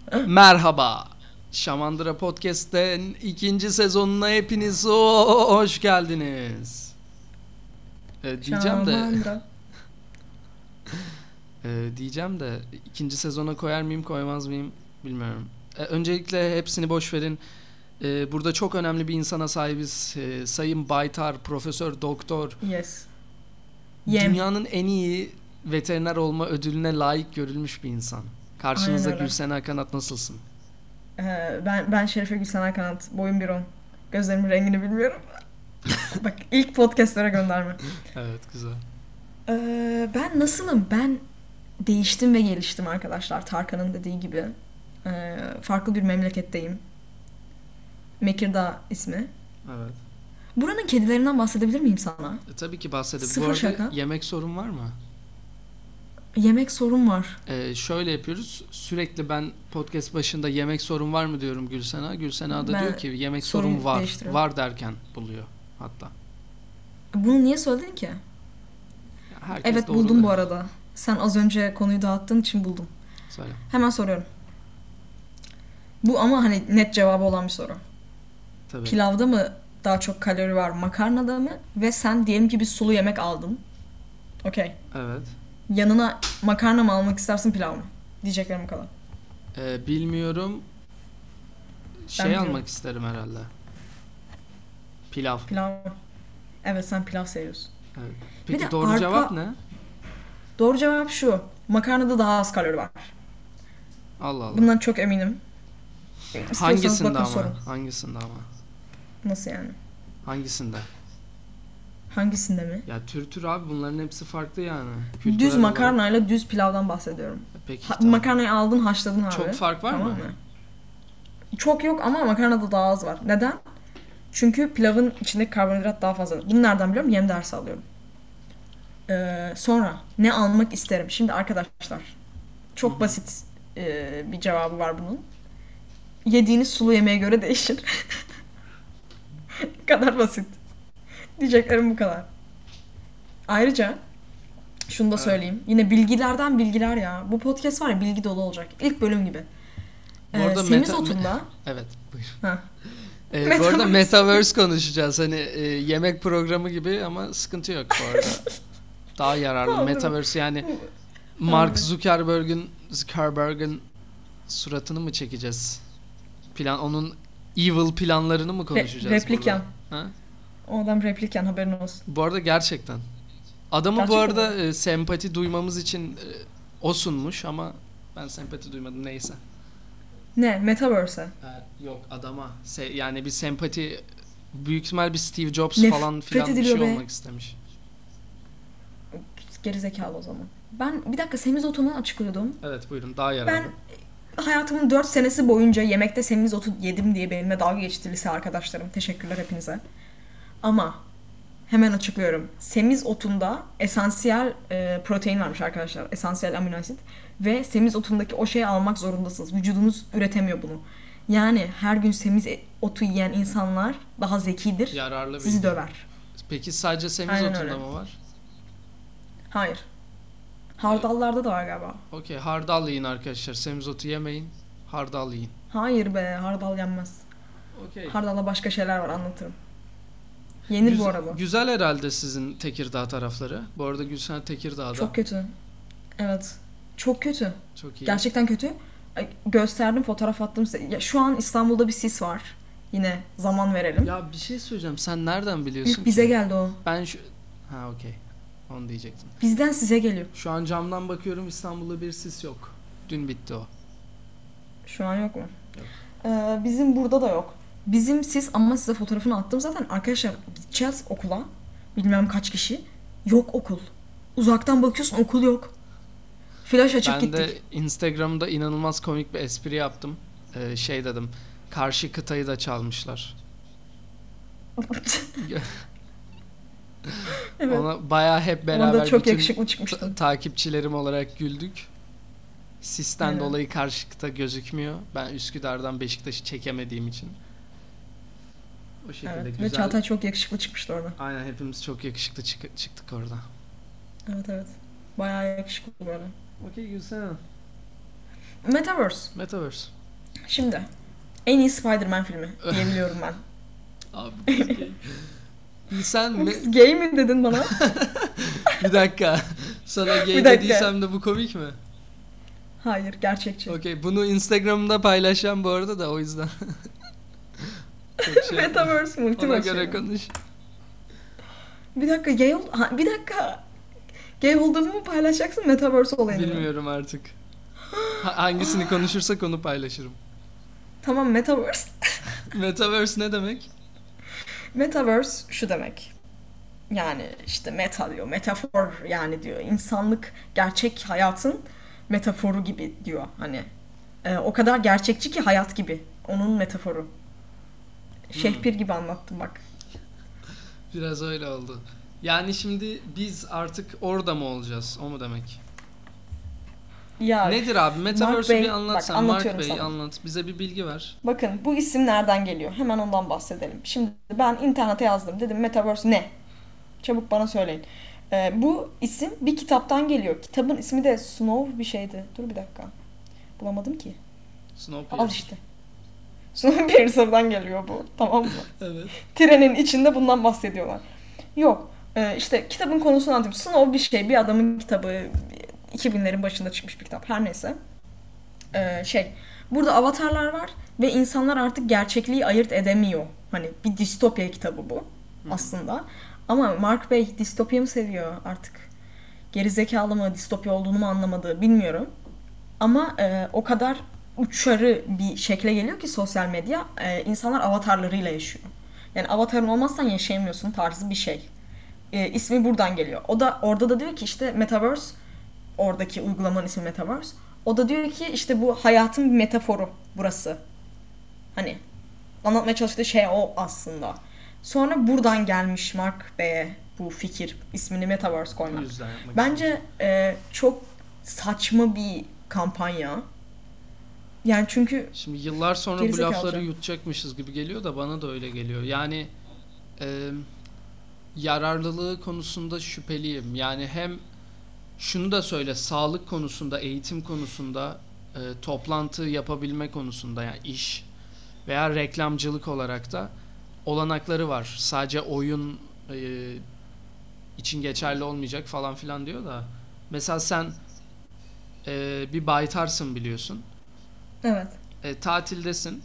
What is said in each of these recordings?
Merhaba. Şamandıra Podcast'ten ikinci sezonuna hepiniz hoş geldiniz. Diyeceğim de Şamandıra. diyeceğim de ikinci sezona koyar mıyım koymaz mıyım bilmiyorum. Öncelikle hepsini boş verin. Burada çok önemli bir insana sahibiz. Sayın Baytar, Profesör Doktor. Yes. Yem. Dünyanın en iyi veteriner olma ödülüne layık görülmüş bir insan. Karşınızda Aynen öyle. Gülsena Kanat, nasılsın? Ben Şerife Gülsener Kanat. Boyum 1.10. Gözlerimin rengini bilmiyorum. Bak ilk podcastlere gönderme. Evet, güzel. Ben nasılım? Ben değiştim ve geliştim arkadaşlar. Tarkan'ın dediği gibi. Farklı bir memleketteyim. Mekirdağ ismi. Evet. Buranın kedilerinden bahsedebilir miyim sana? Tabii ki bahsedelim. Bu Sıfır arada şaka. yemek sorun var mı? Yemek sorun var. Şöyle yapıyoruz. Sürekli ben podcast başında yemek sorun var mı diyorum Gülsena. Gülsena da diyor ki yemek sorun Soruyu var. değiştiriyorum. Var derken buluyor hatta. Bunu niye söyledin ki? Herkes Evet doğru buldum der. bu arada. Sen az önce konuyu dağıttığın için buldum. Söyle. Hemen soruyorum. Bu ama hani net cevabı olan bir soru. Tabii. Pilavda mı daha çok kalori var, makarnada mı? Ve sen diyelim ki bir sulu yemek aldın. Okey. Evet. Yanına makarna mı almak istersin, pilav mı? Diyeceklerim bu kadar. Bilmiyorum. biliyorum. Almak isterim herhalde. Pilav. Pilav. Evet, sen pilav seviyorsun. Evet. Bir Peki de doğru cevap ne? Doğru cevap şu. Makarnada daha az kalori var. Allah Allah. Bundan çok eminim. İstiyorsanız Hangisinde bakın ama? sorun. Hangisinde ama? Nasıl yani? Hangisinde? Hangisinde mi? Ya tür abi, bunların hepsi farklı yani. Düz Kültürel olarak. makarnayla düz pilavdan bahsediyorum. Peki tamam. Makarnayı aldın, haşladın abi. Çok fark var Tamam mı? Çok yok ama makarnada daha az var. Neden? Çünkü pilavın içindeki karbonhidrat daha fazla. Bunu nereden biliyorum? Yem dersi alıyorum. Sonra ne almak isterim? Şimdi arkadaşlar çok basit bir cevabı var bunun. Yediğiniz sulu yemeğe göre değişir. Bu kadar basit. Diyeceklerim bu kadar. Ayrıca şunu da söyleyeyim. Yine bilgilerden bilgiler ya. Bu podcast var ya, bilgi dolu olacak. İlk bölüm gibi. Bu arada Semizotunda. Evet, buyur. Ha. Bu arada Metaverse konuşacağız. Hani yemek programı gibi ama sıkıntı yok bu arada. Daha yararlı. Tamam, Metaverse yani Mark Zuckerberg'in suratını mı çekeceğiz? Onun evil planlarını mı konuşacağız Replikan. burada? Ha? O adam replikan, haberin olsun. Bu arada gerçekten. Adamı Gerçekten bu arada sempati duymamız için o sunmuş ama ben sempati duymadım, neyse. Ne? Metaverse'e. Yok adama. Yani bir sempati, büyük ihtimal bir Steve Jobs Nefret falan filan bir şey ediliyor be. olmak istemiş. Gerizekalı o zaman. Ben bir dakika semizotunu açıklıyordum. Evet, buyurun, daha yararlı. Ben hayatımın 4 senesi boyunca yemekte semizotu yedim diye benimle dalga geçti lise arkadaşlarım. Teşekkürler hepinize. Ama hemen açıklıyorum. Semizotunda esansiyel protein varmış arkadaşlar. Esansiyel amino asit. Ve semizotundaki o şeyi almak zorundasınız. Vücudunuz üretemiyor bunu. Yani her gün semizotu yiyen insanlar daha zekidir. Yararlı Sizi bilgi. döver. Peki sadece Aynen semizotunda öyle. mı var? Hayır. Hardallarda da var galiba. Okey, hardal yiyin arkadaşlar. Semizotu yemeyin. Hardal yiyin. Hayır be, hardal yenmez. Okey. Hardalla başka şeyler var, anlatırım. Yenir bu arada. Güzel herhalde sizin Tekirdağ tarafları. Bu arada Gülsen Tekirdağ'da. Çok kötü. Evet. Çok kötü. Çok iyi. Gerçekten kötü. Gösterdim, fotoğraf attım size. Ya, şu an İstanbul'da bir sis var. Yine zaman verelim. Ya bir şey söyleyeceğim. Sen nereden biliyorsun İlk bize ki? geldi o. Ha, okey. Onu diyecektim. Bizden size geliyor. Şu an camdan bakıyorum, İstanbul'da bir sis yok. Dün bitti o. Şu an yok mu? Yok. Bizim burada da yok. Bizim sis, ama size fotoğrafını attım zaten. Arkadaşlar gideceğiz okula. Bilmem kaç kişi. Yok okul. Uzaktan bakıyorsun, okul yok. Flash açıp Ben gittik. de Instagram'da inanılmaz komik bir espri yaptım. Dedim. Karşı kıtayı da çalmışlar. Evet. Ona bayağı hep beraber Orada çok bütün yakışıklı çıkmıştın. takipçilerim olarak güldük. Sisten Aynen. dolayı karşı kıta gözükmüyor. Ben Üsküdar'dan Beşiktaş'ı çekemediğim için. O şekilde Evet. güzel. Ve Çağatay çok yakışıklı çıkmıştı orada. Aynen, hepimiz çok yakışıklı çıktık orada. Evet evet. Bayağı yakışıklı böyle. Okey, Gülsene. Metaverse. Metaverse. Şimdi en iyi Spider-Man filmi diyebiliyorum ben. Abi kız gay. Sen Bu kız gay mi dedin bana? bir dakika. Sana gay Bir dakika. dediysem de bu komik mi? Hayır, gerçekçi. Okey. Bunu Instagram'da paylaşacağım bu arada da o yüzden. Çok şey. Metaverse Ona Multiverse. göre konuş. Bir dakika bir dakika. Gay olduğumu mu paylaşacaksın, Metaverse olayını mı? Bilmiyorum artık. Hangisini konuşursak onu paylaşırım. Tamam, Metaverse. Metaverse ne demek? Metaverse şu demek. Yani işte meta diyor, metafor yani diyor. İnsanlık gerçek hayatın metaforu gibi diyor. Hani o kadar gerçekçi ki hayat gibi. Onun metaforu. Şehpir gibi anlattım bak. Biraz öyle oldu. Yani şimdi biz artık orada mı olacağız? O mu demek? Ya Nedir abi? Metaverse'ü Bey, bir anlat bak, sen. Mark anlatıyorum Bey sana. anlat. Bize bir bilgi ver. bakın, bu isim nereden geliyor? Hemen ondan bahsedelim. Şimdi ben internete yazdım. Dedim Metaverse ne? Çabuk bana söyleyin. Bu isim bir kitaptan geliyor. Kitabın ismi de Snow bir şeydi. Dur bir dakika. Bulamadım ki. Al Snowpiercer. işte. Snowpiercer'dan geliyor bu. Tamam mı? Evet. Trenin içinde bundan bahsediyorlar. Yok. İşte kitabın konusunu anlatayım. Snow bir şey. Bir adamın kitabı. 2000'lerin başında çıkmış bir kitap. Her neyse. Burada avatarlar var ve insanlar artık gerçekliği ayırt edemiyor. Hani bir distopya kitabı bu aslında. Ama Mark Bey distopya mı seviyor artık? Gerizekalı mı, distopya olduğunu mu anlamadı bilmiyorum. Ama o kadar uçarı bir şekle geliyor ki sosyal medya, insanlar avatarlarıyla yaşıyor. Yani avatarın olmazsan yaşayamıyorsun tarzı bir şey. İsmi buradan geliyor. Orada da diyor ki işte Metaverse, oradaki uygulamanın ismi Metaverse. O da diyor ki işte bu hayatın bir metaforu burası. Hani anlatmaya çalıştığı şey o aslında. Sonra buradan gelmiş Mark Bey'e bu fikir, ismini Metaverse Bu koymak. yüzden yapmak istedim. Bence çok saçma bir kampanya. Yani çünkü Şimdi yıllar sonra bu gerizekalıca. lafları yutacakmışız gibi geliyor da bana da öyle geliyor. Yani e, yararlılığı konusunda şüpheliyim. Yani hem şunu da söyle, sağlık konusunda, eğitim konusunda, toplantı yapabilme konusunda, yani iş veya reklamcılık olarak da olanakları var. Sadece oyun için geçerli olmayacak falan filan diyor da. Mesela sen bir baytarsın biliyorsun. evet. Tatildesin.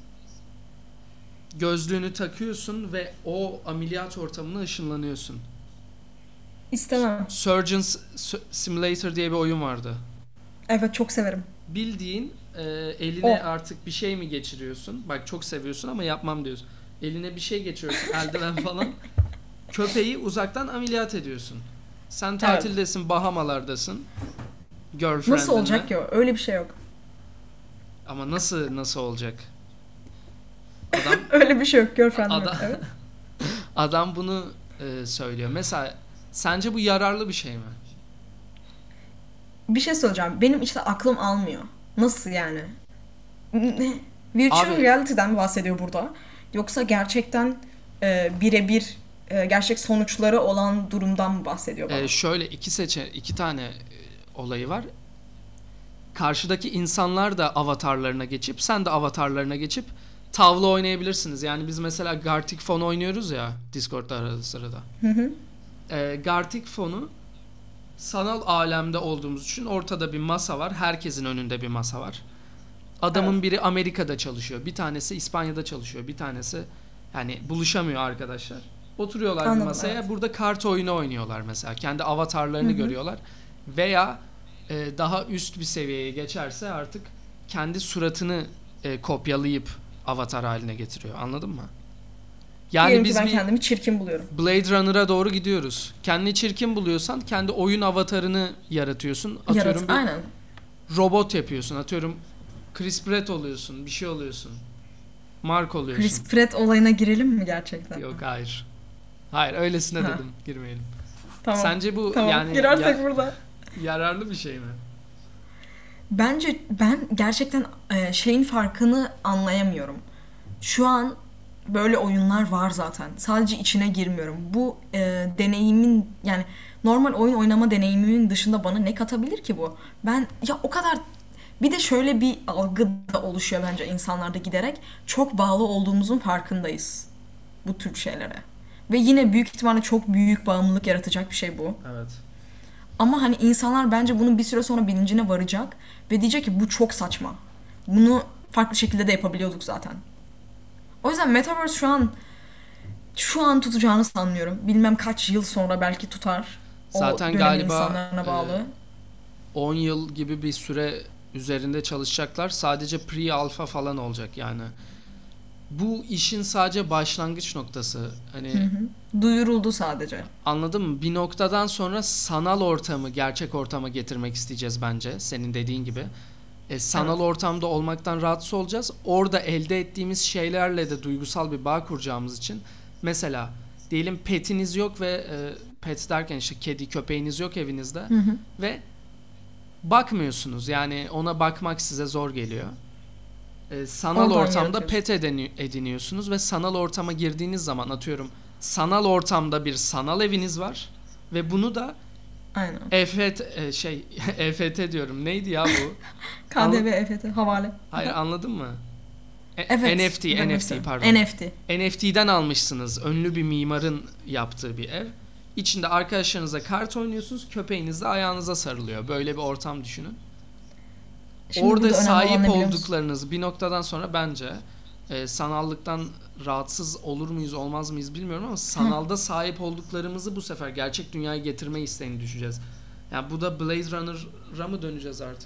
Gözlüğünü takıyorsun ve o ameliyat ortamına ışınlanıyorsun. İstemem. Simulator diye bir oyun vardı. Evet, çok severim. Bildiğin eline O. artık bir şey mi geçiriyorsun? Bak çok seviyorsun ama yapmam diyorsun. Eline bir şey geçiriyorsun, eldiven falan. Köpeği uzaktan ameliyat ediyorsun. Sen tatildesin, Bahamalardasın. Girlfriend'inle. Nasıl olacak ki o? Öyle bir şey yok. Ama nasıl olacak? Adam Öyle bir şey yok. Girlfriend yok. adam Evet. adam bunu söylüyor. Mesela sence bu yararlı bir şey mi? Bir şey söyleyeceğim. Benim işte aklım almıyor. Nasıl yani? Ne? Virtual Abi- reality'den mi bahsediyor burada? Yoksa gerçekten birebir gerçek sonuçları olan durumdan mı bahsediyor bana? Şöyle iki tane olayı var. Karşıdaki insanlar da avatarlarına geçip sen de avatarlarına geçip tavla oynayabilirsiniz. Yani biz mesela Gartic Phone oynuyoruz ya Discord'da arada sırada. Hı hı. Gartic Phone'u sanal alemde olduğumuz için ortada bir masa var. Herkesin önünde bir masa var. Adamın Evet. biri Amerika'da çalışıyor. Bir tanesi İspanya'da çalışıyor. Bir tanesi yani buluşamıyor arkadaşlar. Oturuyorlar bir Anladım, masaya. evet. Burada kart oyunu oynuyorlar mesela. Kendi avatarlarını Hı hı. görüyorlar. Veya daha üst bir seviyeye geçerse artık kendi suratını kopyalayıp avatar haline getiriyor. Anladın mı? Yani Diyelim ki biz ben bir kendimi çirkin buluyorum. Blade Runner'a doğru gidiyoruz. Kendini çirkin buluyorsan kendi oyun avatarını yaratıyorsun. Atıyorum bir Aynen. robot yapıyorsun. Atıyorum Chris Pratt oluyorsun. Bir şey oluyorsun. Mark oluyorsun. Chris Pratt olayına girelim mi gerçekten? Yok hayır. Hayır öylesine Ha. dedim. Girmeyelim. Tamam. Sence bu Tamam. yani Girersek burada. yararlı bir şey mi? Bence ben gerçekten şeyin farkını anlayamıyorum. Şu an böyle oyunlar var zaten. Sadece içine girmiyorum. Bu deneyimin, yani normal oyun oynama deneyimimin dışında bana ne katabilir ki bu? Ben ya o kadar Bir de şöyle bir algı da oluşuyor bence insanlarda giderek. Çok bağlı olduğumuzun farkındayız bu tür şeylere. Ve yine büyük ihtimalle çok büyük bağımlılık yaratacak bir şey bu. Evet. Ama hani insanlar bence bunun bir süre sonra bilincine varacak ve diyecek ki bu çok saçma. Bunu farklı şekilde de yapabiliyorduk zaten. O yüzden Metaverse şu an tutacağını sanmıyorum. Bilmem kaç yıl sonra belki tutar. O Zaten dönemin galiba insanlarına bağlı. 10 yıl gibi bir süre üzerinde çalışacaklar. Sadece pre-alpha falan olacak yani. Bu işin sadece başlangıç noktası. Hani Duyuruldu sadece. anladın mı? Bir noktadan sonra sanal ortamı gerçek ortama getirmek isteyeceğiz bence. Senin dediğin gibi. Sanal Evet. ortamda olmaktan rahatsız olacağız. Orada elde ettiğimiz şeylerle de duygusal bir bağ kuracağımız için. Mesela diyelim petiniz yok ve pet derken işte kedi köpeğiniz yok evinizde. Ve bakmıyorsunuz. Yani ona bakmak size zor geliyor. Sanal Oradan ortamda yaratıyorsun. pet ediniyorsunuz ve sanal ortama girdiğiniz zaman atıyorum sanal ortamda bir sanal eviniz var ve bunu da Aynen. EFT diyorum. Neydi ya bu? KDV, EFT, havale. Hayır, anladın mı? Evet. NFT pardon. NFT. NFT'den almışsınız. Ünlü bir mimarın yaptığı bir ev. İçinde arkadaşlarınızla kart oynuyorsunuz. Köpeğiniz de ayağınıza sarılıyor. Böyle bir ortam düşünün. Şimdi Orada burada önemli olan sahip ne biliyor musun? olduklarınız bir noktadan sonra bence sanallıktan rahatsız olur muyuz olmaz mıyız bilmiyorum ama sanalda sahip olduklarımızı bu sefer gerçek dünyaya getirme isteğini düşeceğiz. Yani bu da Blade Runner'a mı döneceğiz artık?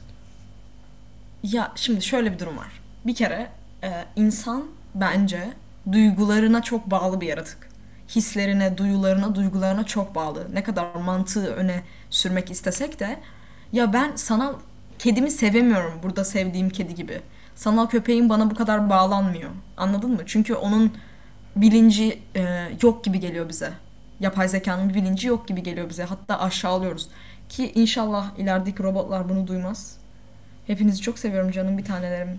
Ya şimdi şöyle bir durum var. Bir kere insan bence duygularına çok bağlı bir yaratık. Hislerine, duygularına çok bağlı. Ne kadar mantığı öne sürmek istesek de ya ben sanal kedimi sevemiyorum burada sevdiğim kedi gibi. Sanal köpeğim bana bu kadar bağlanmıyor. Anladın mı? Çünkü onun bilinci yok gibi geliyor bize. Yapay zekanın bir bilinci yok gibi geliyor bize. Hatta aşağılıyoruz. Ki inşallah ilerideki robotlar bunu duymaz. Hepinizi çok seviyorum canım bir tanelerim.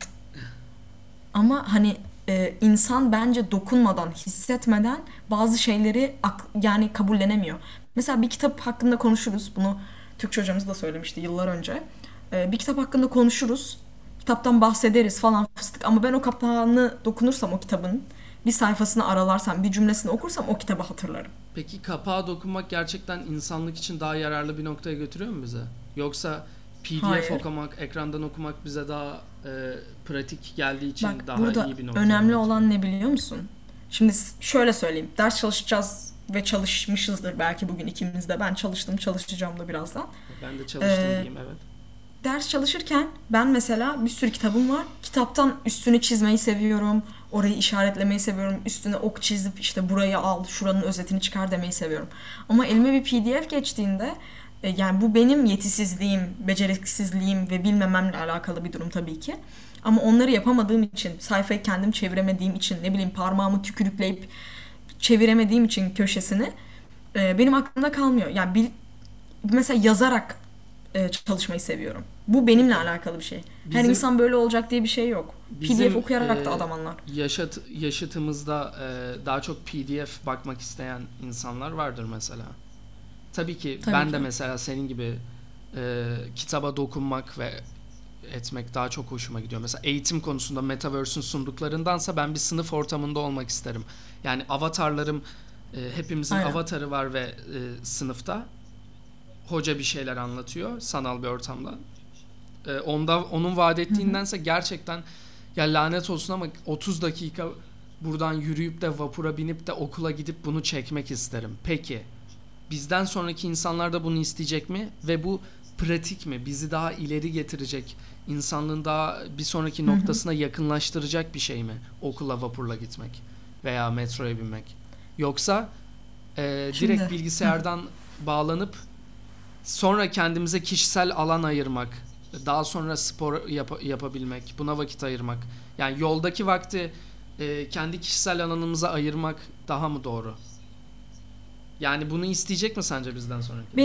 Ama hani insan bence dokunmadan, hissetmeden bazı şeyleri yani kabullenemiyor. Mesela bir kitap hakkında konuşuruz. Bunu Türkçe hocamız da söylemişti yıllar önce. Bir kitap hakkında konuşuruz. Kitaptan bahsederiz falan fıstık. Ama ben o kapağını dokunursam o kitabın, bir sayfasını aralarsam, bir cümlesini okursam o kitabı hatırlarım. Peki kapağa dokunmak gerçekten insanlık için daha yararlı bir noktaya götürüyor mu bize? Yoksa PDF Hayır. okumak, ekrandan okumak bize daha pratik geldiği için Bak daha burada iyi bir noktaya mı önemli götürüyor? olan ne biliyor musun? Şimdi şöyle söyleyeyim. Ders çalışacağız ve çalışmışızdır belki bugün ikimiz de. Ben çalıştım, çalışacağım da birazdan. Ben de çalıştım Ee, diyeyim, evet. Ders çalışırken ben mesela bir sürü kitabım var. Kitaptan üstünü çizmeyi seviyorum. Orayı işaretlemeyi seviyorum. Üstüne ok çizip işte burayı al, şuranın özetini çıkar demeyi seviyorum. Ama elime bir PDF geçtiğinde yani bu benim yetisizliğim, beceriksizliğim ve bilmememle alakalı bir durum tabii ki. Ama onları yapamadığım için, sayfayı kendim çeviremediğim için, ne bileyim parmağımı tükürükleyip çeviremediğim için köşesini benim aklımda kalmıyor. Yani mesela yazarak çalışmayı seviyorum. Bu benimle alakalı bir şey. Her Bizim insan böyle olacak diye bir şey yok. PDF bizim okuyarak da adam anlar. yaşıtımızda daha çok PDF bakmak isteyen insanlar vardır mesela. Tabii ki Tabii ben ki. de mesela senin gibi kitaba dokunmak ve etmek daha çok hoşuma gidiyor. Mesela eğitim konusunda Metaverse'ün sunduklarındansa ben bir sınıf ortamında olmak isterim. Yani avatarlarım, hepimizin Aynen. avatarı var ve sınıfta hoca bir şeyler anlatıyor sanal bir ortamda. Onun vaat ettiğindense gerçekten ya lanet olsun ama 30 dakika buradan yürüyüp de vapura binip de okula gidip bunu çekmek isterim. Peki bizden sonraki insanlar da bunu isteyecek mi? Ve bu pratik mi? Bizi daha ileri getirecek, insanlığın daha bir sonraki noktasına yakınlaştıracak bir şey mi? Okula vapurla gitmek veya metroya binmek. Yoksa direkt Şimdi bilgisayardan bağlanıp sonra kendimize kişisel alan ayırmak, daha sonra spor yapabilmek, buna vakit ayırmak. Yani yoldaki vakti kendi kişisel alanımıza ayırmak daha mı doğru? Yani bunu isteyecek mi sence bizden sonraki?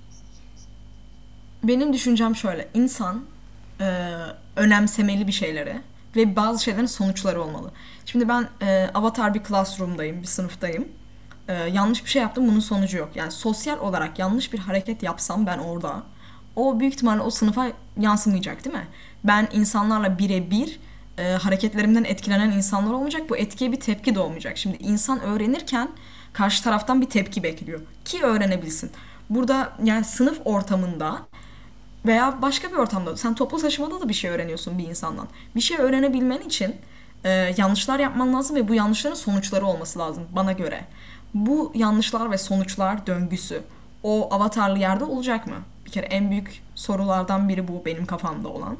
benim düşüncem şöyle. İnsan önemsemeli bir şeyleri ve bazı şeylerin sonuçları olmalı. Şimdi ben avatar bir classroom'dayım, bir sınıftayım. Yanlış bir şey yaptım, bunun sonucu yok. Yani sosyal olarak yanlış bir hareket yapsam ben orada, o büyük ihtimalle o sınıfa yansımayacak değil mi? Ben insanlarla birebir hareketlerimden etkilenen insanlar olmayacak. Bu etkiye bir tepki de olmayacak. Şimdi insan öğrenirken karşı taraftan bir tepki bekliyor ki öğrenebilsin. Burada yani sınıf ortamında veya başka bir ortamda sen toplu taşımada da bir şey öğreniyorsun bir insandan. Bir şey öğrenebilmen için yanlışlar yapman lazım ve bu yanlışların sonuçları olması lazım bana göre. Bu yanlışlar ve sonuçlar döngüsü o avatarlı yerde olacak mı? Bir kere en büyük sorulardan biri bu benim kafamda olan.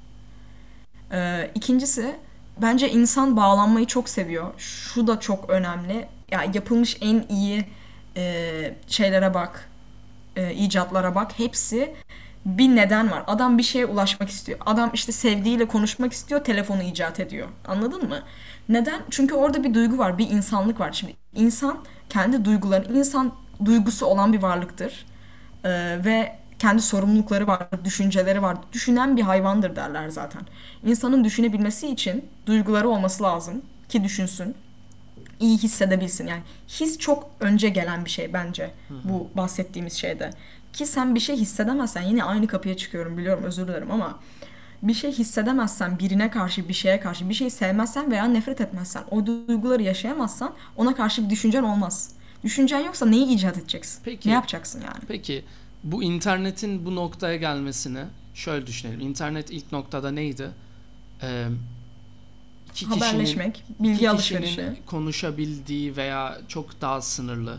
İkincisi bence insan bağlanmayı çok seviyor. Şu da çok önemli. Ya yapılmış en iyi şeylere bak, icatlara bak. Hepsi bir neden var. Adam bir şeye ulaşmak istiyor. Adam işte sevdiğiyle konuşmak istiyor, telefonu icat ediyor. Anladın mı? Neden? Çünkü orada bir duygu var, bir insanlık var. Şimdi insan kendi duyguları, insan duygusu olan bir varlıktır. Ve kendi sorumlulukları var, düşünceleri var. Düşünen bir hayvandır derler zaten. İnsanın düşünebilmesi için duyguları olması lazım ki düşünsün. İyi hissedebilsin. Yani his çok önce gelen bir şey bence bu bahsettiğimiz şeyde. Ki sen bir şey hissedemezsen yine aynı kapıya çıkıyorum biliyorum özür dilerim ama bir şey hissedemezsen birine karşı bir şeye karşı bir şeyi sevmezsen veya nefret etmezsen o duyguları yaşayamazsan ona karşı bir düşüncen olmaz. Düşüncen yoksa neyi icat edeceksin? Peki, ne yapacaksın yani? Peki bu internetin bu noktaya gelmesini şöyle düşünelim. İnternet ilk noktada neydi? Ee, Haberleşmek, iki bilgi alışverişi. kişinin konuşabildiği veya çok daha sınırlı,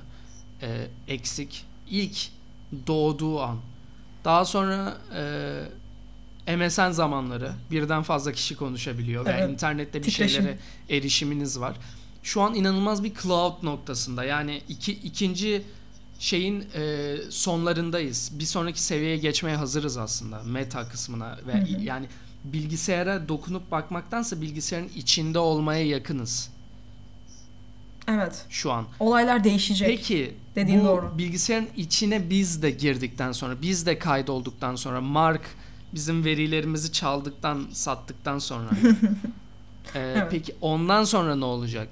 eksik ilk doğduğu an. Daha sonra MSN zamanları birden fazla kişi konuşabiliyor ve Evet. internette bir Titreşim. şeylere erişiminiz var. Şu an inanılmaz bir cloud noktasında. Yani ikinci şeyin sonlarındayız. Bir sonraki seviyeye geçmeye hazırız aslında meta kısmına ve yani bilgisayara dokunup bakmaktansa bilgisayarın içinde olmaya yakınız Evet. şu an. Olaylar değişecek. Peki Dediğin bu doğru. bilgisayarın içine biz de girdikten sonra, biz de kaydolduktan sonra, Mark bizim verilerimizi çaldıktan, sattıktan sonra Evet. peki ondan sonra ne olacak?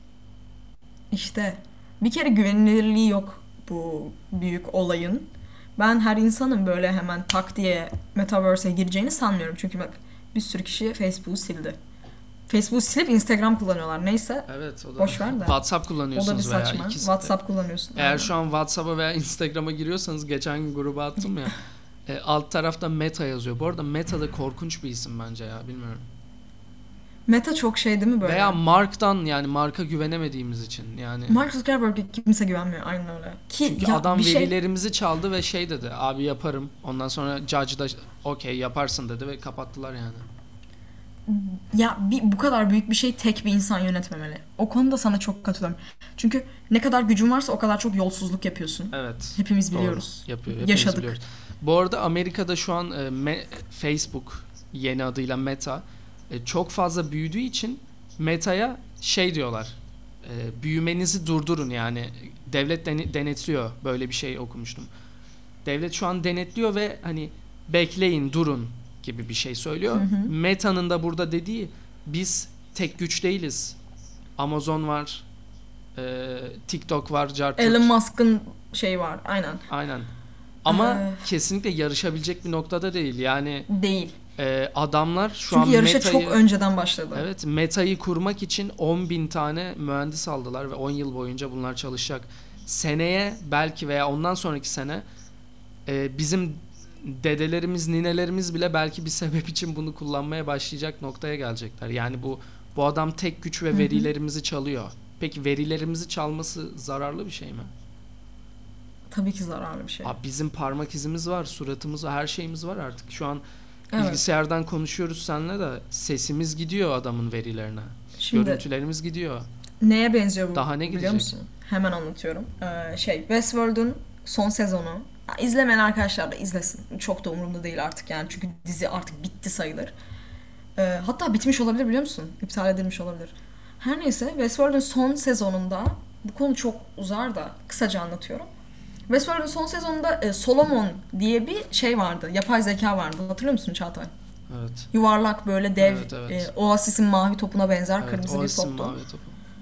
İşte bir kere güvenilirliği yok bu büyük olayın. Ben her insanın böyle hemen tak diye Metaverse'e gireceğini sanmıyorum. Çünkü bak bir sürü kişi Facebook'u sildi. Facebook'u silip Instagram kullanıyorlar. Neyse Evet, o da boş ver de. WhatsApp O da bir kullanıyorsunuz veya saçma. ikisi de. WhatsApp kullanıyorsun. Eğer Aynen. şu an WhatsApp'a veya Instagram'a giriyorsanız geçen gün gruba attım ya. Alt tarafta Meta yazıyor. Bu arada Meta da korkunç bir isim bence ya, bilmiyorum. Meta çok şey değil mi böyle? Veya Mark'tan, yani Mark'a güvenemediğimiz için yani. Mark Zuckerberg'e kimse güvenmiyor. Aynen öyle. Ki Çünkü ya adam bir şey verilerimizi çaldı ve şey dedi. Abi yaparım. Ondan sonra Judge da okey yaparsın dedi ve kapattılar yani. ya bu kadar büyük bir şey tek bir insan yönetmemeli. O konuda sana çok katılıyorum. Çünkü ne kadar gücün varsa o kadar çok yolsuzluk yapıyorsun. Evet. Hepimiz Doğru. biliyoruz. Yapıyor. Hepimiz Yaşadık. biliyoruz. Bu arada Amerika'da şu an Facebook yeni adıyla Meta çok fazla büyüdüğü için Meta'ya şey diyorlar. Büyümenizi durdurun yani. Devlet denetliyor. Böyle bir şey okumuştum. Devlet şu an denetliyor ve hani bekleyin, durun gibi bir şey söylüyor. Meta'nın da burada dediği biz tek güç değiliz. Amazon var, TikTok var, Cartürk. Elon Musk'ın şeyi var. Aynen. Aynen. Ama Ee, kesinlikle yarışabilecek bir noktada değil. Yani Değil. adamlar şu Çünkü an yarışa Meta'yı, çok önceden başladı. evet, Meta'yı kurmak için 10.000 tane mühendis aldılar ve 10 yıl boyunca bunlar çalışacak. Seneye belki veya ondan sonraki sene bizim dedelerimiz, ninelerimiz bile belki bir sebep için bunu kullanmaya başlayacak noktaya gelecekler. Yani bu adam tek güç ve verilerimizi çalıyor. Peki verilerimizi çalması zararlı bir şey mi? Tabii ki zararlı bir şey. Abi bizim parmak izimiz var, suratımız var, her şeyimiz var artık. Şu an Evet. bilgisayardan konuşuyoruz seninle de sesimiz gidiyor adamın verilerine. Şimdi Görüntülerimiz gidiyor. neye benziyor bu? Daha ne biliyor gidecek? musun? Hemen anlatıyorum. Westworld'un son sezonu. İzlemeyen arkadaşlar da izlesin. Çok da umurumda değil artık yani. Çünkü dizi artık bitti sayılır. Hatta bitmiş olabilir biliyor musun? İptal edilmiş olabilir. Her neyse Westworld'un son sezonunda bu konu çok uzar da kısaca anlatıyorum. Westworld'un son sezonunda Solomon diye bir şey vardı. Yapay zeka vardı. Hatırlıyor musun Çağatay? Evet. Yuvarlak böyle dev Evet, evet. Oasis'in mavi topuna benzer Evet, kırmızı o bir isim toptu. mavi topu.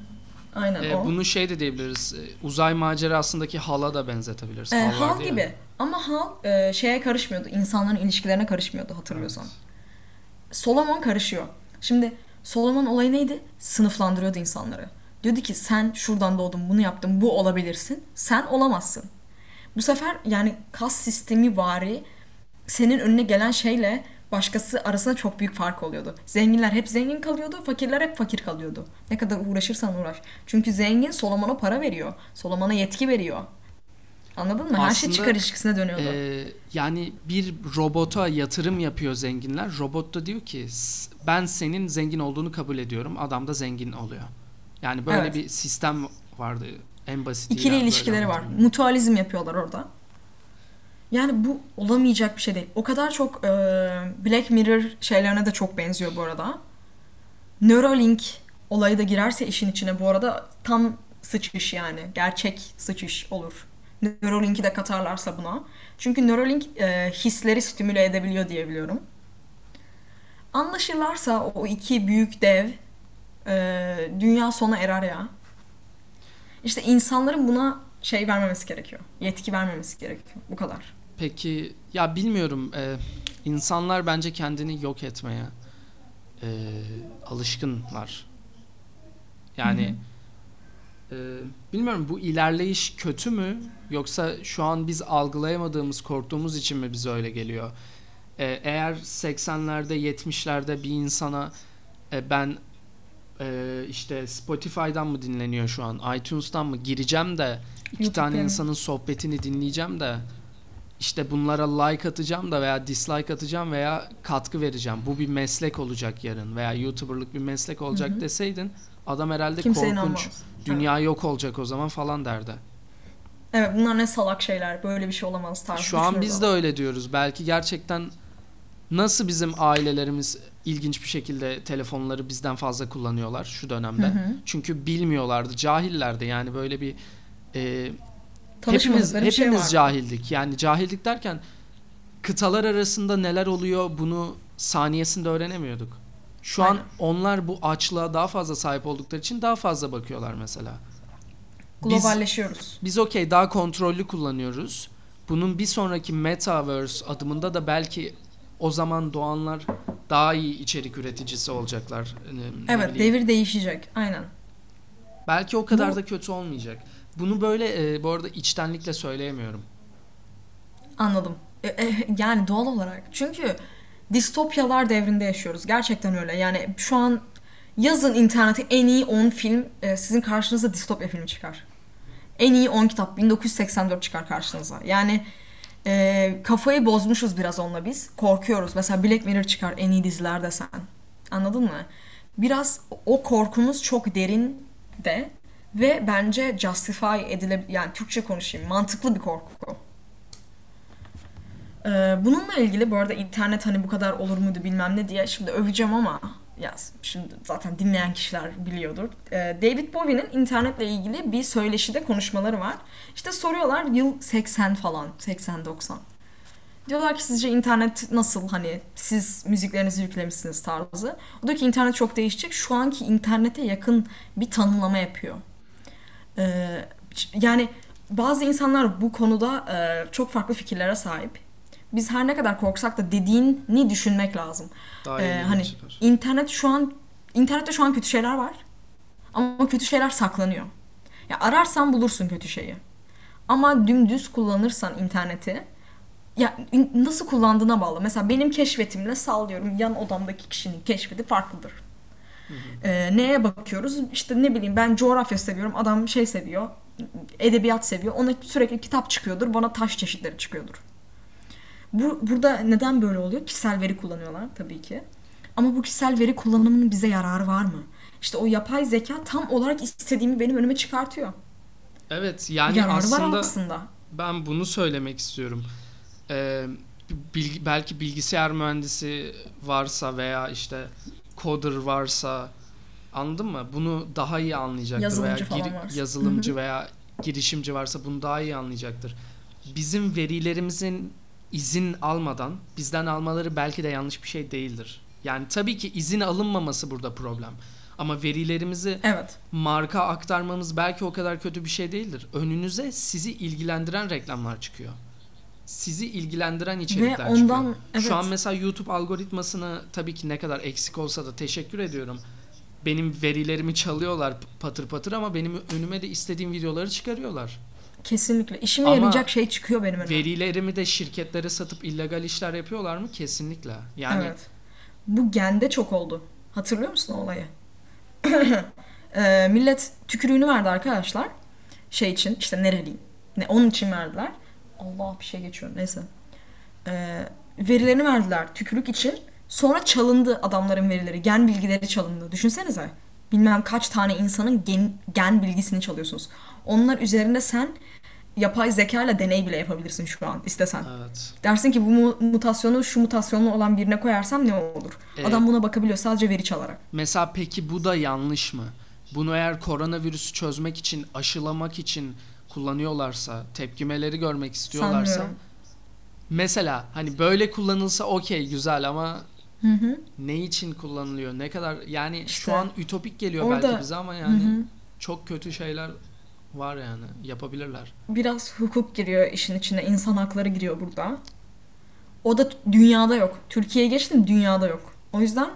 Aynen o. Bunu şey de diyebiliriz. Uzay macerasındaki Hal'a da benzetebiliriz. Hal Hal vardı ya. gibi. Ama Hal şeye karışmıyordu. İnsanların ilişkilerine karışmıyordu hatırlıyorsan. Evet. Solomon karışıyor. Şimdi Solomon olayı neydi? Sınıflandırıyordu insanları. Diyordu ki sen şuradan doğdun, bunu yaptın, bu olabilirsin. Sen olamazsın. Bu sefer yani kas sistemi vari senin önüne gelen şeyle başkası arasında çok büyük fark oluyordu. Zenginler hep zengin kalıyordu, fakirler hep fakir kalıyordu. Ne kadar uğraşırsan uğraş. Çünkü zengin Solomon'a para veriyor. Solomon'a yetki veriyor. Anladın mı? Her şey Aslında çıkar ilişkisine dönüyordu. yani bir robota yatırım yapıyor zenginler. Robot da diyor ki ben senin zengin olduğunu kabul ediyorum. Adam da zengin oluyor. Yani böyle Evet. bir sistem vardı en basitiyle. İkili böyle ilişkileri var. anlatayım. Mutualizm yapıyorlar orada. Yani bu olamayacak bir şey değil. O kadar çok Black Mirror şeylerine de çok benziyor bu arada. Neuralink olayı da girerse işin içine bu arada tam sıçış yani. Gerçek sıçış olur. Neuralink'i de katarlarsa buna. Çünkü Neuralink hisleri stimüle edebiliyor diye biliyorum. Anlaşırlarsa o iki büyük dev dünya sona erer ya. İşte insanların buna şey vermemesi gerekiyor. Yetki vermemesi gerekiyor. Bu kadar. Peki ya bilmiyorum. İnsanlar bence kendini yok etmeye alışkınlar. Yani bilmiyorum bu ilerleyiş kötü mü yoksa şu an biz algılayamadığımız, korktuğumuz için mi bize öyle geliyor? Eğer 80'lerde 70'lerde bir insana ben işte Spotify'dan mı dinleniyor şu an, iTunes'tan mı gireceğim de iki tane YouTube'da insanın sohbetini dinleyeceğim de işte bunlara like atacağım da veya dislike atacağım veya katkı vereceğim. Bu bir meslek olacak yarın veya YouTuber'lık bir meslek olacak deseydin adam herhalde Kimse korkunç, inanmaz. dünya yok olacak o zaman falan derdi. Evet bunlar ne salak şeyler. Böyle bir şey olamaz tarzı Şu an biz düşünüyoruz de ama. öyle diyoruz. Belki gerçekten nasıl bizim ailelerimiz ilginç bir şekilde telefonları bizden fazla kullanıyorlar şu dönemde. Çünkü bilmiyorlardı, cahillerdi. Yani böyle bir Tanışmadıkları bir şey hepimiz var. cahildik. Yani cahillik derken kıtalar arasında neler oluyor bunu saniyesinde öğrenemiyorduk. Şu an Aynen. onlar bu açlığa daha fazla sahip oldukları için daha fazla bakıyorlar mesela. Globalleşiyoruz. Biz okey daha kontrollü kullanıyoruz. Bunun bir sonraki Metaverse adımında da belki o zaman doğanlar daha iyi içerik üreticisi olacaklar. Ne Evet bileyim. devir değişecek. Aynen. Belki o kadar Bu da kötü olmayacak. Bunu böyle bu arada içtenlikle söyleyemiyorum. anladım. Yani doğal olarak. Çünkü distopyalar devrinde yaşıyoruz. Gerçekten öyle. Yani şu an yazın internete en iyi 10 film sizin karşınıza distopya filmi çıkar. En iyi 10 kitap 1984 çıkar karşınıza. Yani kafayı bozmuşuz biraz onunla biz. Korkuyoruz. Mesela Black Mirror çıkar en iyi diziler desen. Anladın mı? Biraz o korkumuz çok derin de ve bence justify edilebilir. Yani Türkçe konuşayım. Mantıklı bir korku. Bununla ilgili bu arada internet hani bu kadar olur muydu bilmem ne diye şimdi öveceğim ama ya şimdi zaten dinleyen kişiler biliyordur. David Bowie'nin internetle ilgili bir söyleşide konuşmaları var. İşte soruyorlar yıl 80 falan 80-90. Diyorlar ki sizce internet nasıl hani siz müziklerinizi yüklemişsiniz tarzı. O diyor ki internet çok değişecek. Şu anki internete yakın bir tanımlama yapıyor. Yani bazı insanlar bu konuda çok farklı fikirlere sahip. Biz her ne kadar korksak da dediğini düşünmek lazım. Daha iyi Hani çıkar. internette şu an kötü şeyler var. Ama kötü şeyler saklanıyor. Ya ararsan bulursun kötü şeyi. Ama dümdüz kullanırsan interneti ya nasıl kullandığına bağlı. Mesela benim keşfetimle sallıyorum yan odamdaki kişinin keşfeti farklıdır. Neye bakıyoruz? İşte ne bileyim ben coğrafya seviyorum. Adam şey seviyor. Edebiyat seviyor. Ona sürekli kitap çıkıyordur. Bana taş çeşitleri çıkıyordur. Burada neden böyle oluyor? Kişisel veri kullanıyorlar tabii ki. Ama bu kişisel veri kullanımının bize yararı var mı? İşte o yapay zeka tam olarak istediğimi benim önüme çıkartıyor. Evet yani Yararı var aslında. ben bunu söylemek istiyorum. Belki bilgisayar mühendisi varsa veya işte coder varsa anladın mı? Bunu daha iyi anlayacaktır Yazılımcı veya falan varsa. yazılımcı veya girişimci varsa bunu daha iyi anlayacaktır. Bizim verilerimizin izin almadan bizden almaları belki de yanlış bir şey değildir. Yani tabii ki izin alınmaması burada problem. Ama verilerimizi Evet. marka aktarmamız belki o kadar kötü bir şey değildir. Önünüze sizi ilgilendiren reklamlar çıkıyor. Sizi ilgilendiren Ve içerikler çıkıyor. ondan Şu an evet. mesela YouTube algoritmasını tabii ki ne kadar eksik olsa da teşekkür ediyorum. Benim verilerimi çalıyorlar patır patır ama benim önüme de istediğim videoları çıkarıyorlar. Kesinlikle. İşime Ama yarayacak şey çıkıyor benim önüme. verilerimi de şirketlere satıp illegal işler yapıyorlar mı? Kesinlikle. Yani Evet. Bu Gen'de çok oldu. Hatırlıyor musun o olayı? Millet tükürüğünü verdi arkadaşlar. Şey için işte nereliyim. Ne, onun için verdiler. Allah bir şey geçiyor neyse. Verilerini verdiler tükürük için. Sonra çalındı adamların verileri. Gen bilgileri çalındı. Düşünsenize. Bilmem kaç tane insanın gen bilgisini çalıyorsunuz. Onlar üzerinde sen yapay zeka ile deney bile yapabilirsin şu an istesen. evet. Dersin ki bu mutasyonu şu mutasyonlu olan birine koyarsam ne olur? Adam buna bakabiliyor sadece veri çalarak. Mesela peki bu da yanlış mı? Bunu eğer koronavirüsü çözmek için, aşılamak için kullanıyorlarsa, tepkimeleri görmek istiyorlarsa, Sanmıyorum. mesela hani böyle kullanılsa okey güzel ama Hı hı. ne için kullanılıyor? Ne kadar yani İşte şu an ütopik geliyor orada belki bize ama hı yani hı. çok kötü şeyler var yani yapabilirler. Biraz hukuk giriyor işin içine. İnsan hakları giriyor burada. O da dünyada yok. Türkiye'ye geçtim dünyada yok. O yüzden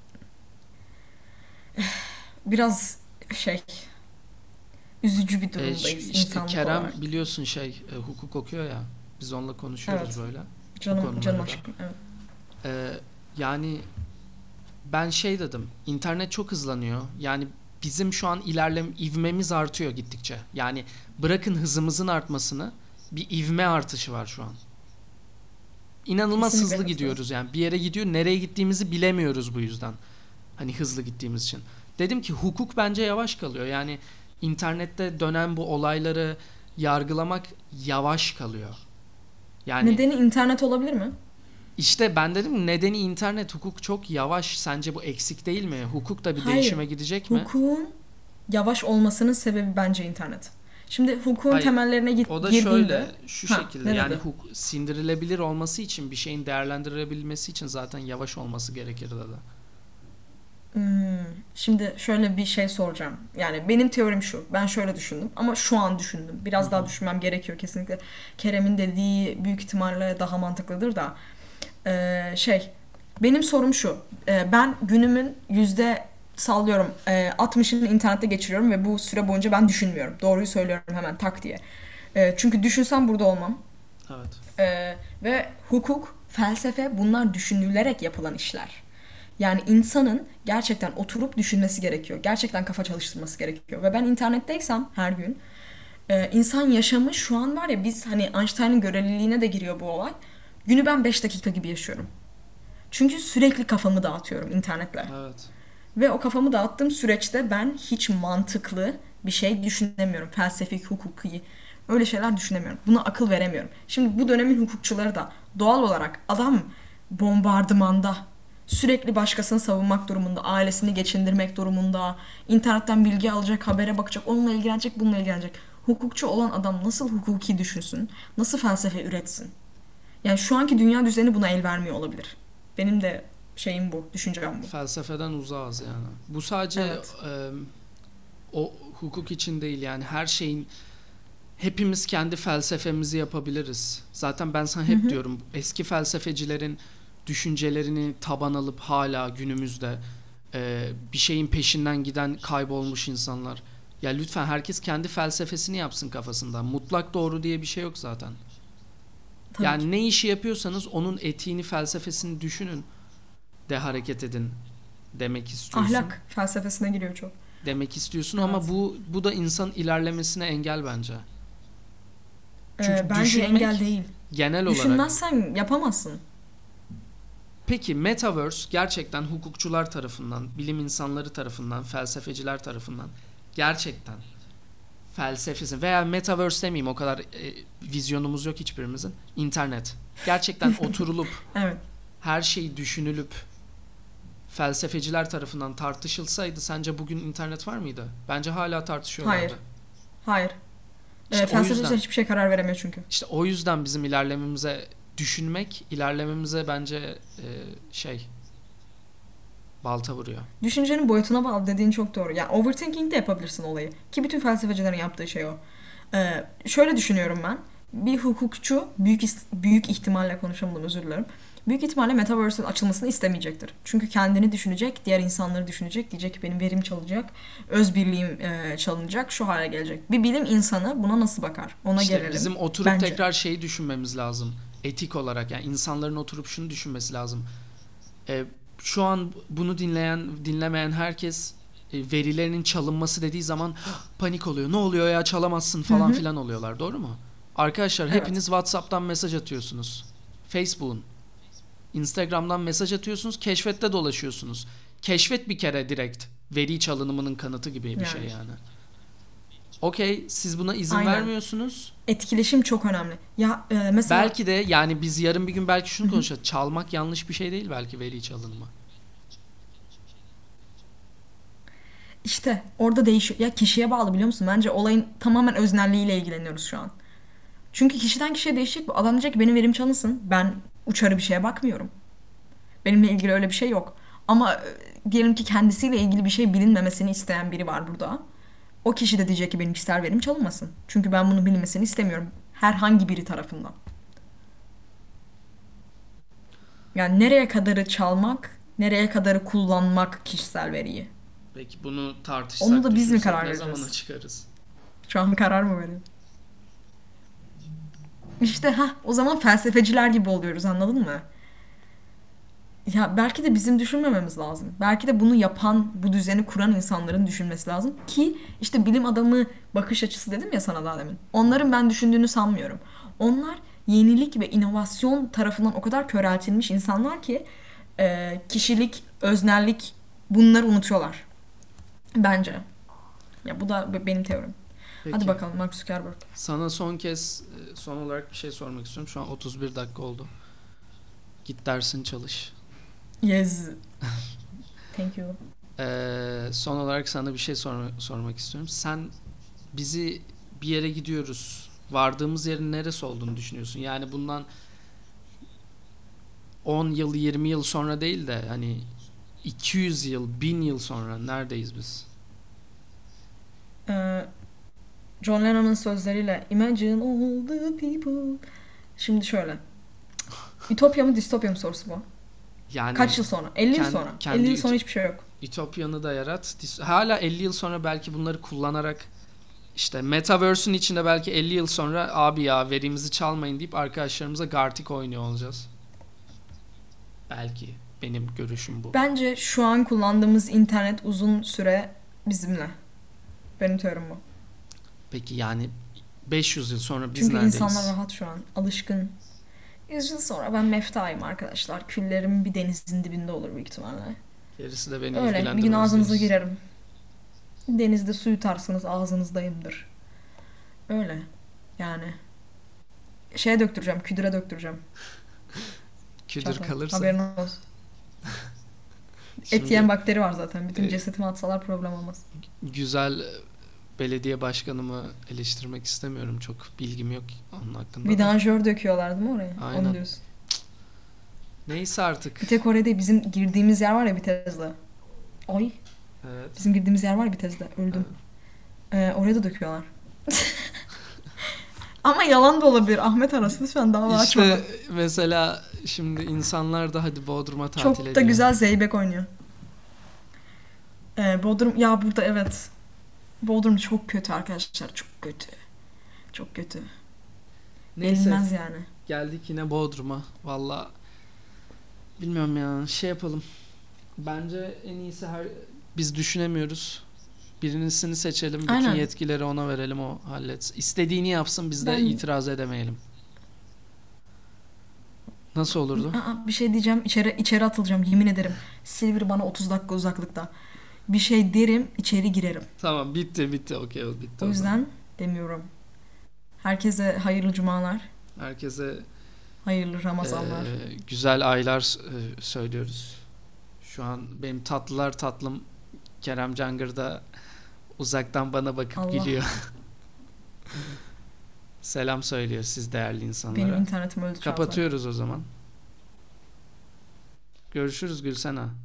biraz şey üzücü bir durumdayız İşte insanlık Kerem olarak. biliyorsun hukuk okuyor ya. Biz onunla konuşuyoruz Evet. böyle bu Canım konuları da. aşkım. Evet. Ee, yani ben dedim. İnternet çok hızlanıyor. Yani bizim şu an ivmemiz artıyor gittikçe. Yani bırakın hızımızın artmasını, bir ivme artışı var şu an. İnanılmaz Kesinlikle hızlı katılıyorum. gidiyoruz yani. Bir yere gidiyor, nereye gittiğimizi bilemiyoruz bu yüzden. Hani hızlı gittiğimiz için. Dedim ki hukuk bence yavaş kalıyor. Yani internette dönen bu olayları yargılamak yavaş kalıyor. Yani Nedeni internet olabilir mi? işte ben dedim nedeni internet, hukuk çok yavaş. Sence bu eksik değil mi? Hukuk da bir Hayır. değişime gidecek mi? Hukukun yavaş olmasının sebebi bence internet. Şimdi hukukun Hayır. temellerine O da girdiğinde... şu Ha, şekilde ne yani dedi? sindirilebilir olması için, bir şeyin değerlendirilebilmesi için zaten yavaş olması gerekir dedi. Şimdi şöyle bir şey soracağım. Yani benim teorim şu. Ben şöyle düşündüm ama şu an düşündüm. Hı Biraz daha hı. düşünmem gerekiyor kesinlikle. Kerem'in dediği büyük ihtimalle daha mantıklıdır da. Şey, benim sorum şu. Ben günümün sallıyorum 60'ını internette geçiriyorum ve bu süre boyunca ben düşünmüyorum. Doğruyu söylüyorum hemen tak diye. Çünkü düşünsem burada olmam. Evet. Ve hukuk, felsefe bunlar düşünülerek yapılan işler. Yani insanın gerçekten oturup düşünmesi gerekiyor. Gerçekten kafa çalıştırması gerekiyor. Ve ben internetteysem her gün insan yaşamı şu an var ya biz hani Einstein'ın göreliliğine de giriyor bu olay. Günü ben 5 dakika gibi yaşıyorum. Çünkü sürekli kafamı dağıtıyorum internetle. Evet. Ve o kafamı dağıttığım süreçte ben hiç mantıklı bir şey düşünemiyorum. Felsefik, hukuki öyle şeyler düşünemiyorum. Buna akıl veremiyorum. Şimdi bu dönemin hukukçuları da doğal olarak adam bombardımanda sürekli başkasını savunmak durumunda, ailesini geçindirmek durumunda, internetten bilgi alacak, habere bakacak, onunla ilgilenecek, bununla ilgilenecek. Hukukçu olan adam nasıl hukuki düşünsün, nasıl felsefe üretsin? Yani şu anki dünya düzeni buna el vermiyor olabilir. Benim de şeyim bu, düşüncem bu. Felsefeden uzağız yani. Bu sadece Evet. o hukuk için değil yani her şeyin, hepimiz kendi felsefemizi yapabiliriz. Zaten ben sana Hı hep hı. diyorum, eski felsefecilerin düşüncelerini taban alıp hala günümüzde bir şeyin peşinden giden kaybolmuş insanlar. Ya lütfen herkes kendi felsefesini yapsın kafasında. Mutlak doğru diye bir şey yok zaten. Tabii ki. Yani ne işi yapıyorsanız onun etiğini, felsefesini düşünün de hareket edin demek istiyorsun. Ahlak felsefesine giriyor çok. Demek istiyorsun Evet. ama bu da insanın ilerlemesine engel bence. Çünkü Bence düşünmek engel değil. genel olarak. Düşünmezsen yapamazsın. Peki Metaverse gerçekten hukukçular tarafından, bilim insanları tarafından, felsefeciler tarafından gerçekten felsefesi veya Metaverse demeyeyim, o kadar vizyonumuz yok hiçbirimizin. İnternet. Gerçekten oturulup Evet. her şey düşünülüp felsefeciler tarafından tartışılsaydı sence bugün internet var mıydı? Bence hala tartışıyorlardı. Hayır. Hayır. İşte o Felsefeciler yüzden hiçbir şey karar veremiyor çünkü. işte o yüzden bizim ilerlememize bence Balta vuruyor. Düşüncenin boyutuna bağlı dediğin çok doğru. Yani overthinking de yapabilirsin olayı. Ki bütün felsefecilerin yaptığı şey o. Şöyle düşünüyorum ben. Bir hukukçu büyük ihtimalle konuşamadım, özür dilerim. Büyük ihtimalle Metaverse'ün açılmasını istemeyecektir. Çünkü kendini düşünecek, diğer insanları düşünecek. Diyecek ki benim verim çalacak, özbirliğim çalınacak, şu hale gelecek. Bir bilim insanı buna nasıl bakar? Ona İşte gelelim. bizim oturup Bence. tekrar şeyi düşünmemiz lazım. Etik olarak yani insanların oturup şunu düşünmesi lazım. Şu an bunu dinlemeyen herkes verilerinin çalınması dediği zaman panik oluyor. Ne oluyor ya, çalamazsın falan filan oluyorlar. Doğru mu? Arkadaşlar Evet. hepiniz WhatsApp'tan mesaj atıyorsunuz. Facebook'un, Instagram'dan mesaj atıyorsunuz. Keşfette dolaşıyorsunuz. Keşfet bir kere direkt veri çalınımının kanıtı gibi bir şey yani. Okey, siz buna izin Aynen. vermiyorsunuz. Etkileşim çok önemli. Ya mesela Belki de yani biz yarın bir gün belki şunu konuşacağız. Çalmak yanlış bir şey değil belki, veri çalınımı. işte orada değişiyor. Ya kişiye bağlı, biliyor musun? Bence olayın tamamen öznelliğiyle ilgileniyoruz şu an. Çünkü kişiden kişiye değişecek bu. Adam diyecek ki benim verim çalınsın. Ben uçarı bir şeye bakmıyorum. Benimle ilgili öyle bir şey yok. Ama diyelim ki kendisiyle ilgili bir şey bilinmemesini isteyen biri var burada. O kişi de diyecek ki benim kişisel verim çalınmasın. Çünkü ben bunu bilinmesini istemiyorum. Herhangi biri tarafından. Yani nereye kadarı çalmak, nereye kadarı kullanmak kişisel veriyi. Peki bunu tartışsak, Onu da biz mi düşünsek karar ne vereceğiz? zamana çıkarız? Şu an karar mı veriyor? İşte o zaman felsefeciler gibi oluyoruz, anladın mı? Ya belki de bizim düşünmememiz lazım. Belki de bunu yapan, bu düzeni kuran insanların düşünmesi lazım. Ki işte bilim adamı bakış açısı dedim ya sana daha demin. Onların ben düşündüğünü sanmıyorum. Onlar yenilik ve inovasyon tarafından o kadar köreltilmiş insanlar ki kişilik, öznellik, bunları unutuyorlar. Bence. Ya bu da benim teorim. Peki. Hadi bakalım Mark Zuckerberg. Sana son olarak bir şey sormak istiyorum. Şu an 31 dakika oldu. Git dersini çalış. Yes. Thank you. Son olarak sana bir şey sormak istiyorum. Sen bizi bir yere gidiyoruz. Vardığımız yerin neresi olduğunu düşünüyorsun? Yani bundan 10 yıl, 20 yıl sonra değil de hani 200 yıl, 1000 yıl sonra neredeyiz biz? John Lennon'ın sözleriyle Imagine all the people. Şimdi şöyle. Ütopya mı distopya mı sorusu bu. Yani Kaç yıl sonra? 50 yıl sonra. 50 yıl sonra hiçbir şey yok. Ütopyanı da yarat. Hala 50 yıl sonra belki bunları kullanarak işte Metaverse'ün içinde belki 50 yıl sonra abi ya verimizi çalmayın deyip arkadaşlarımıza Gartic oynuyor olacağız. Belki. Benim görüşüm bu. Bence şu an kullandığımız internet uzun süre bizimle. Benim teorim bu. Peki yani 500 yıl sonra biz Çünkü neredeyiz? insanlar rahat şu an. Alışkın. 100 yıl sonra ben meftayım arkadaşlar. Küllerim bir denizin dibinde olur büyük ihtimalle. Gerisi de beni Öyle ilgilendirmez. bir gün ağzınıza diyorsun. girerim. Denizde su yutarsınız, ağzınızdayımdır. Öyle. Yani. Şeye döktüreceğim, küdüre döktüreceğim. Küdür Çatal. kalırsa. Haberin olsun. Şimdi Et yiyen bakteri var zaten. Bütün cesetimi atsalar problem olmaz. güzel belediye başkanımı eleştirmek istemiyorum. Çok bilgim yok onun hakkında. Vidanjör döküyorlar değil mi oraya? Aynen. Onu diyorsun. Neyse artık. Bir tek oraya değil, bizim girdiğimiz yer var ya Bethesda. Ay. Evet. Bizim girdiğimiz yer var ya Bethesda. Öldüm. Oraya da döküyorlar. Ama yalan da olabilir. Ahmet arası lütfen dava açma. İşte mesela şimdi insanlar da hadi Bodrum'a tatil Çok ediyor. da güzel zeybek oynuyor. Bodrum ya burada evet. Bodrum çok kötü arkadaşlar. Çok kötü. Çok kötü. Neyse. Gelinmez yani. Geldik yine Bodrum'a. Valla bilmiyorum ya. Şey yapalım. Bence en iyisi biz düşünemiyoruz. Birisini seçelim. Bütün Aynen. yetkileri ona verelim. O halletsin. İstediğini yapsın. Biz de Ben- itiraz edemeyelim. Nasıl olurdu? Bir şey diyeceğim. İçeri atılacağım. Yemin ederim. Silivri bana 30 dakika uzaklıkta. Bir şey derim, içeri girerim. Tamam bitti. Okey o bitti. O yüzden demiyorum. Herkese hayırlı cumalar. Herkese Hayırlı Ramazanlar. güzel aylar söylüyoruz. Şu an benim tatlılar tatlım Kerem Cangır da uzaktan bana bakıp Allah. gülüyor. Selam söylüyor siz değerli insanlara. Benim internetim öldü. Çağatay. Kapatıyoruz o zaman. Görüşürüz Gülsena.